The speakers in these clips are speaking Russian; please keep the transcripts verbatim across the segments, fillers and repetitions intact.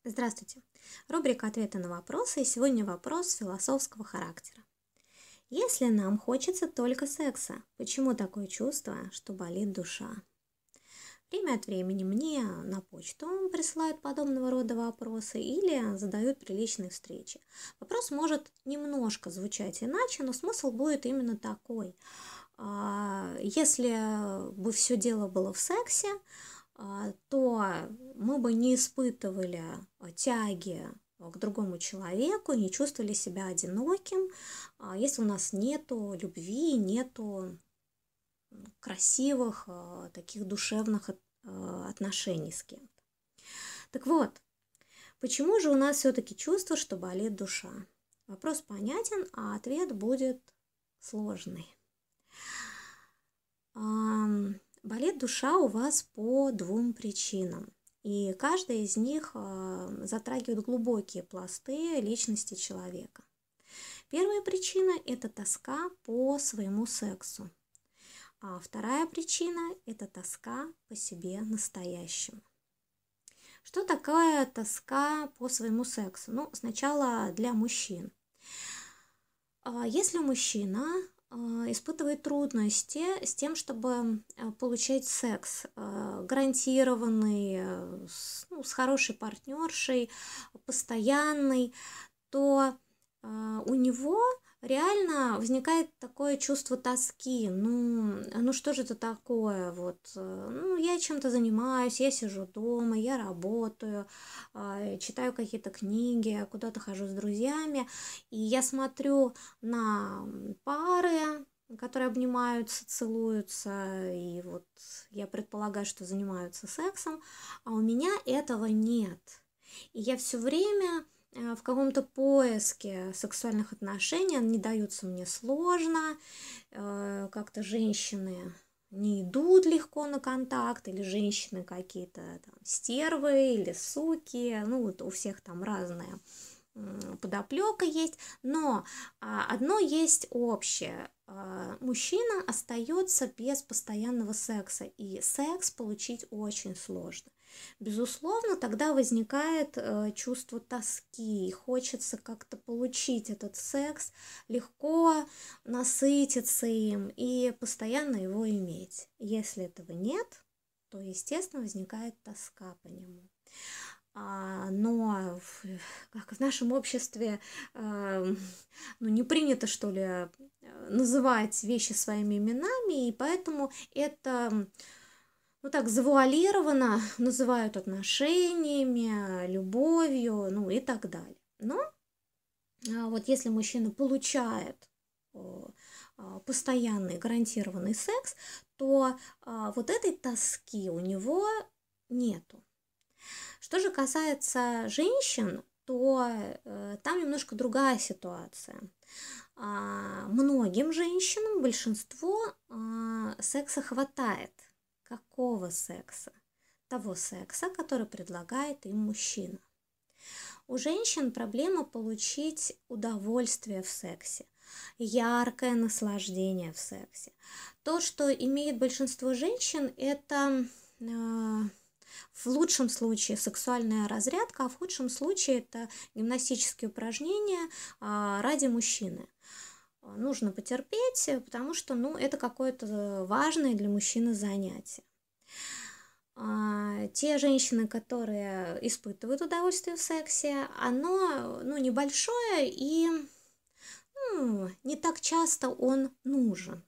Здравствуйте! Рубрика «Ответы на вопросы», и сегодня вопрос философского характера. Если нам хочется только секса, почему такое чувство, что болит душа? Время от времени мне на почту присылают подобного рода вопросы или задают при личной встрече. Вопрос может немножко звучать иначе, но смысл будет именно такой. Если бы все дело было в сексе, то мы бы не испытывали тяги к другому человеку, не чувствовали себя одиноким, если у нас нету любви, нету красивых таких душевных отношений с кем-то. Так вот, почему же у нас все-таки чувство, что болит душа? Вопрос понятен, а ответ будет сложный. Болит душа у вас по двум причинам, и каждая из них затрагивает глубокие пласты личности человека. Первая причина – это тоска по своему сексу, а вторая причина – это тоска по себе настоящему. Что такое тоска по своему сексу? Ну, сначала для мужчин. Если мужчина испытывает трудности с тем, чтобы получать секс гарантированный, ну, с хорошей партнершей, постоянный, то у него реально возникает такое чувство тоски. Ну, ну что же это такое? Вот, ну, я чем-то занимаюсь, я сижу дома, я работаю, читаю какие-то книги, куда-то хожу с друзьями, и я смотрю на пары, которые обнимаются, целуются, и вот я предполагаю, что занимаются сексом, а у меня этого нет. И я все время в каком-то поиске сексуальных отношений, они даются мне сложно, как-то женщины не идут легко на контакт, или женщины какие-то там стервы или суки, ну вот у всех там разная подоплека есть, но одно есть общее. Мужчина остается без постоянного секса, и секс получить очень сложно. Безусловно, тогда возникает э, чувство тоски, и хочется как-то получить этот секс, легко насытиться им и постоянно его иметь. Если этого нет, то, естественно, возникает тоска по нему. А, но в, как в нашем обществе э, ну, не принято, что ли, называть вещи своими именами, и поэтому это... Ну так завуалированно называют отношениями, любовью, ну и так далее. Но вот если мужчина получает постоянный гарантированный секс, то вот этой тоски у него нету. Что же касается женщин, то там немножко другая ситуация. Многим женщинам, большинству, секса хватает. Какого секса? Того секса, который предлагает им мужчина. У женщин проблема получить удовольствие в сексе, яркое наслаждение в сексе. То, что имеет большинство женщин, это э, в лучшем случае сексуальная разрядка, а в худшем случае это гимнастические упражнения э, ради мужчины. Нужно потерпеть, потому что, ну, это какое-то важное для мужчины занятие. А, те женщины, которые испытывают удовольствие в сексе, оно, ну, небольшое и ну, не так часто он нужен.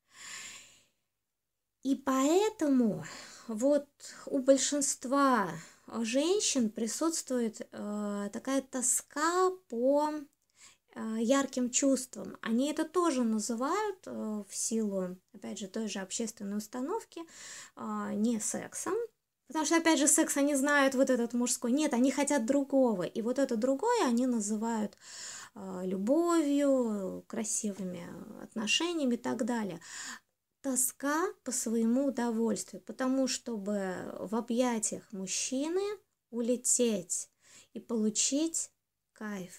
И поэтому вот у большинства женщин присутствует э, такая тоска по ярким чувствам. Они это тоже называют э, в силу, опять же, той же общественной установки, э, не сексом. Потому что, опять же, секс они знают вот этот мужской. Нет, они хотят другого. И вот это другое они называют э, любовью, красивыми отношениями и так далее. Тоска по своему удовольствию. Потому чтобы в объятиях мужчины улететь и получить кайф.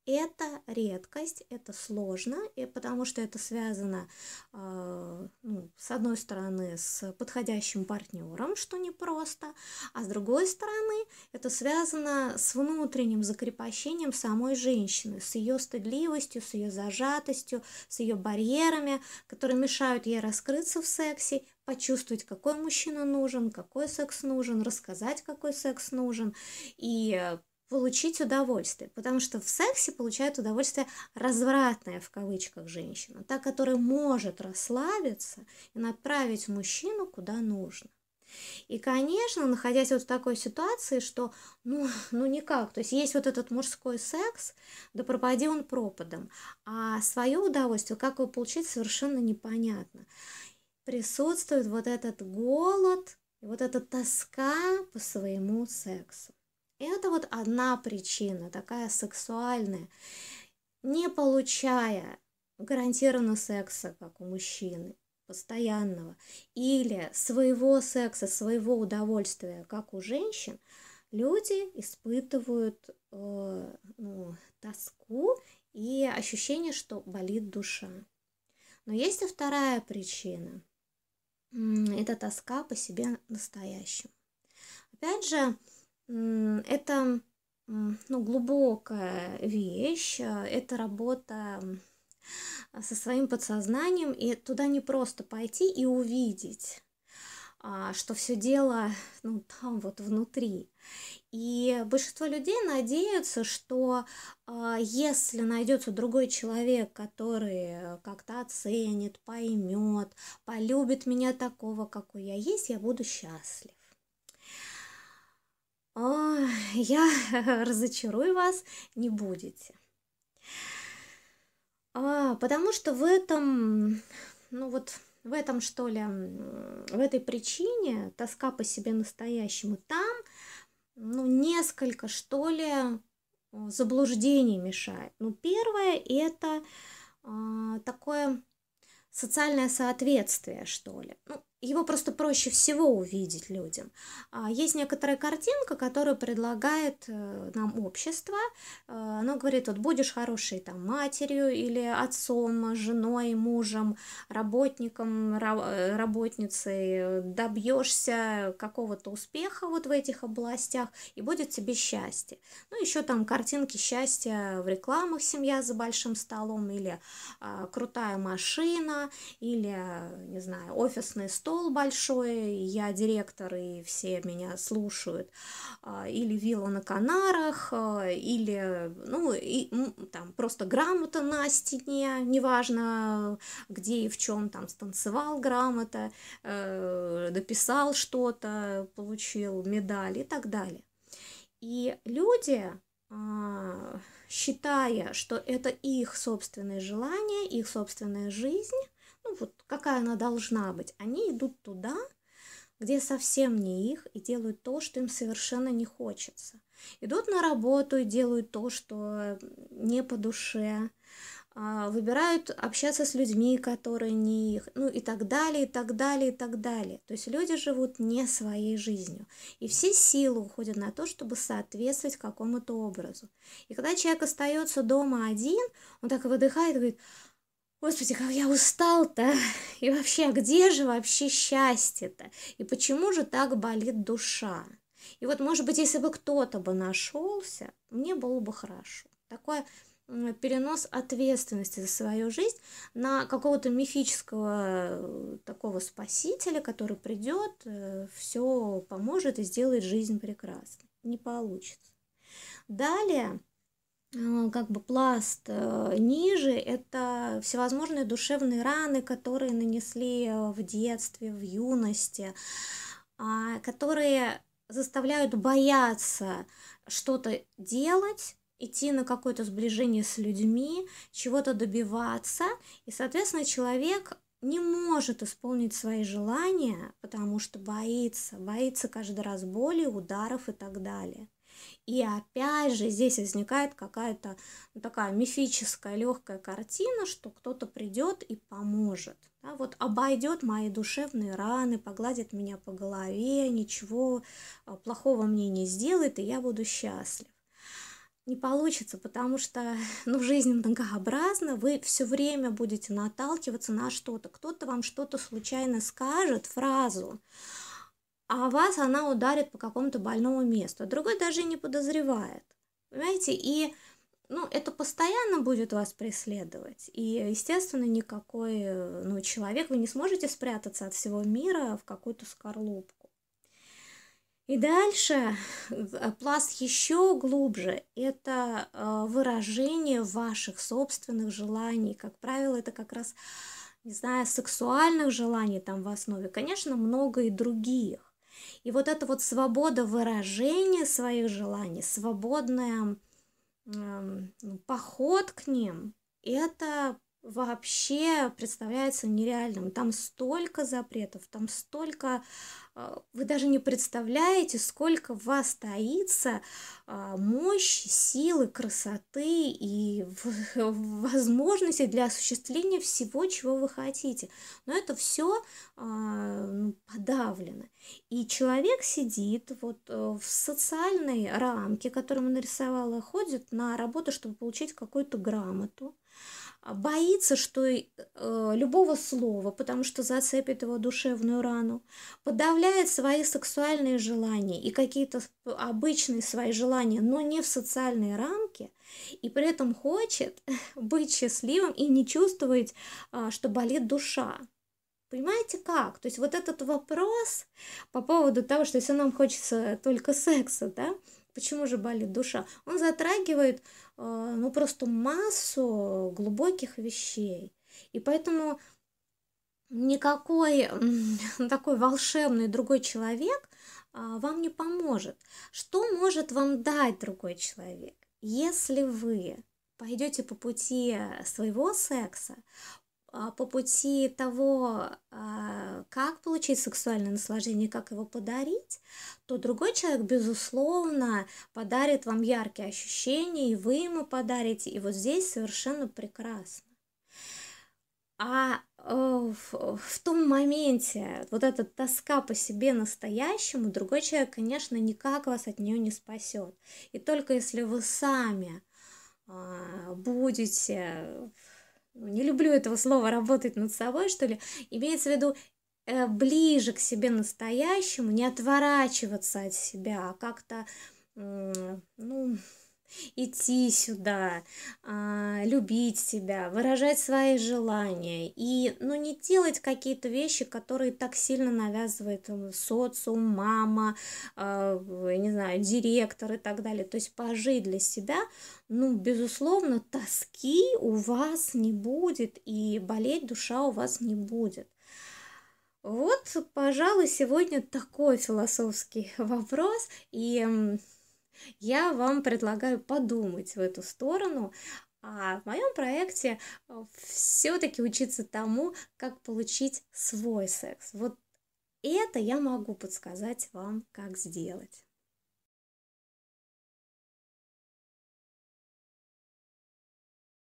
Это редкость, это сложно, и потому что это связано, э, ну, с одной стороны, с подходящим партнером, что непросто, а с другой стороны, это связано с внутренним закрепощением самой женщины, с ее стыдливостью, с ее зажатостью, с ее барьерами, которые мешают ей раскрыться в сексе, почувствовать, какой мужчина нужен, какой секс нужен, рассказать, какой секс нужен, и получить удовольствие, потому что в сексе получает удовольствие развратная, в кавычках, женщина, та, которая может расслабиться и направить мужчину куда нужно. И, конечно, находясь вот в такой ситуации, что ну, ну никак, то есть есть вот этот мужской секс, да пропади он пропадом, а свое удовольствие, как его получить, совершенно непонятно. Присутствует вот этот голод, вот эта тоска по своему сексу. И это вот одна причина, такая сексуальная. Не получая гарантированного секса, как у мужчины, постоянного, или своего секса, своего удовольствия, как у женщин, люди испытывают э, ну, тоску и ощущение, что болит душа. Но есть и вторая причина. Это тоска по себе настоящему. Опять же, это ну, глубокая вещь, это работа со своим подсознанием, и туда не просто пойти и увидеть, что все дело ну, там вот внутри. И большинство людей надеются, что если найдется другой человек, который как-то оценит, поймет, полюбит меня такого, какой я есть, я буду счастлив. О, я разочарую вас, не будете. А, потому что в этом, ну вот в этом что ли, в этой причине, тоска по себе настоящему, там, ну, несколько, что ли, заблуждений мешает. Ну, первое, это а, такое социальное соответствие, что ли. Ну, его просто проще всего увидеть людям. Есть некоторая картинка, которую предлагает нам общество. Оно говорит, вот будешь хорошей там матерью или отцом, женой, мужем, работником, работницей, добьешься какого-то успеха вот в этих областях, и будет тебе счастье. Ну, еще там картинки счастья в рекламах, семья за большим столом, или а, крутая машина, или, не знаю, офисный стол большой, я директор, и все меня слушают, или вилла на Канарах, или, ну, и, там просто грамота на стене, неважно, где и в чем, там, станцевал грамота, э, дописал что-то, получил медаль и так далее. И люди, э, считая, что это их собственные желания, их собственная жизнь, ну вот какая она должна быть, они идут туда, где совсем не их, и делают то, что им совершенно не хочется. Идут на работу и делают то, что не по душе, выбирают общаться с людьми, которые не их, ну и так далее, и так далее, и так далее. То есть люди живут не своей жизнью. И все силы уходят на то, чтобы соответствовать какому-то образу. И когда человек остается дома один, он так и выдыхает и говорит: Господи, как я устал-то, и вообще, где же вообще счастье-то, и почему же так болит душа? И вот, может быть, если бы кто-то бы нашелся, мне было бы хорошо. Такой перенос ответственности за свою жизнь на какого-то мифического такого спасителя, который придет, все поможет и сделает жизнь прекрасной. Не получится. Далее, как бы пласт э, ниже, это всевозможные душевные раны, которые нанесли в детстве, в юности, э, которые заставляют бояться что-то делать, идти на какое-то сближение с людьми, чего-то добиваться, и, соответственно, человек не может исполнить свои желания, потому что боится, боится каждый раз боли, ударов и так далее. И опять же здесь возникает какая-то ну, такая мифическая легкая картина, что кто-то придет и поможет. Да, вот обойдет мои душевные раны, погладит меня по голове, ничего плохого мне не сделает, и я буду счастлив. Не получится, потому что, ну, жизнь многообразна, вы все время будете наталкиваться на что-то. Кто-то вам что-то случайно скажет, фразу, а вас она ударит по какому-то больному месту, а другой даже и не подозревает. Понимаете? И, ну, это постоянно будет вас преследовать. И, естественно, никакой, э, ну, человек, вы не сможете спрятаться от всего мира в какую-то скорлупку. И дальше э, пласт еще глубже. Это э, выражение ваших собственных желаний. Как правило, это как раз, не знаю, сексуальных желаний там в основе. Конечно, много и других. И вот эта вот свобода выражения своих желаний, свободная эм, ну, поход к ним, это вообще представляется нереальным. Там столько запретов, там столько... э, Вы даже не представляете, сколько в вас таится а, мощи, силы, красоты и в- возможностей для осуществления всего, чего вы хотите. Но это все подавлено. И человек сидит вот э, в социальной рамке, которую он нарисовала, ходит на работу, чтобы получить какую-то грамоту, а, боится, что э, любого слова, потому что зацепит его душевную рану, подавляет свои сексуальные желания и какие-то обычные свои желания, но не в социальной рамке, и при этом хочет быть счастливым и не чувствовать, а, что болит душа. Понимаете как? То есть вот этот вопрос по поводу того, что если нам хочется только секса, да, почему же болит душа, он затрагивает, э, ну, просто массу глубоких вещей. И поэтому никакой м, такой волшебный другой человек а, вам не поможет. Что может вам дать другой человек? Если вы пойдете по пути своего секса, а, по пути того, а, как получить сексуальное наслаждение, как его подарить, то другой человек, безусловно, подарит вам яркие ощущения, и вы ему подарите, и вот здесь совершенно прекрасно. А э, в, в том моменте вот эта тоска по себе настоящему, другой человек, конечно, никак вас от нее не спасет. И только если вы сами а, будете, ну, не люблю этого слова, работать над собой, что ли, имеется в виду э, ближе к себе настоящему, не отворачиваться от себя, а как-то, м, ну, идти сюда, а, любить себя, выражать свои желания и, ну, не делать какие-то вещи, которые так сильно навязывает м, социум, мама, а, я не знаю, директор и так далее. То есть пожить для себя, ну, безусловно, тоски у вас не будет и болеть душа у вас не будет. Вот, пожалуй, сегодня такой философский вопрос, и м, я вам предлагаю подумать в эту сторону. А в моем проекте все-таки учиться тому, как получить свой секс. Вот это я могу подсказать вам, как сделать.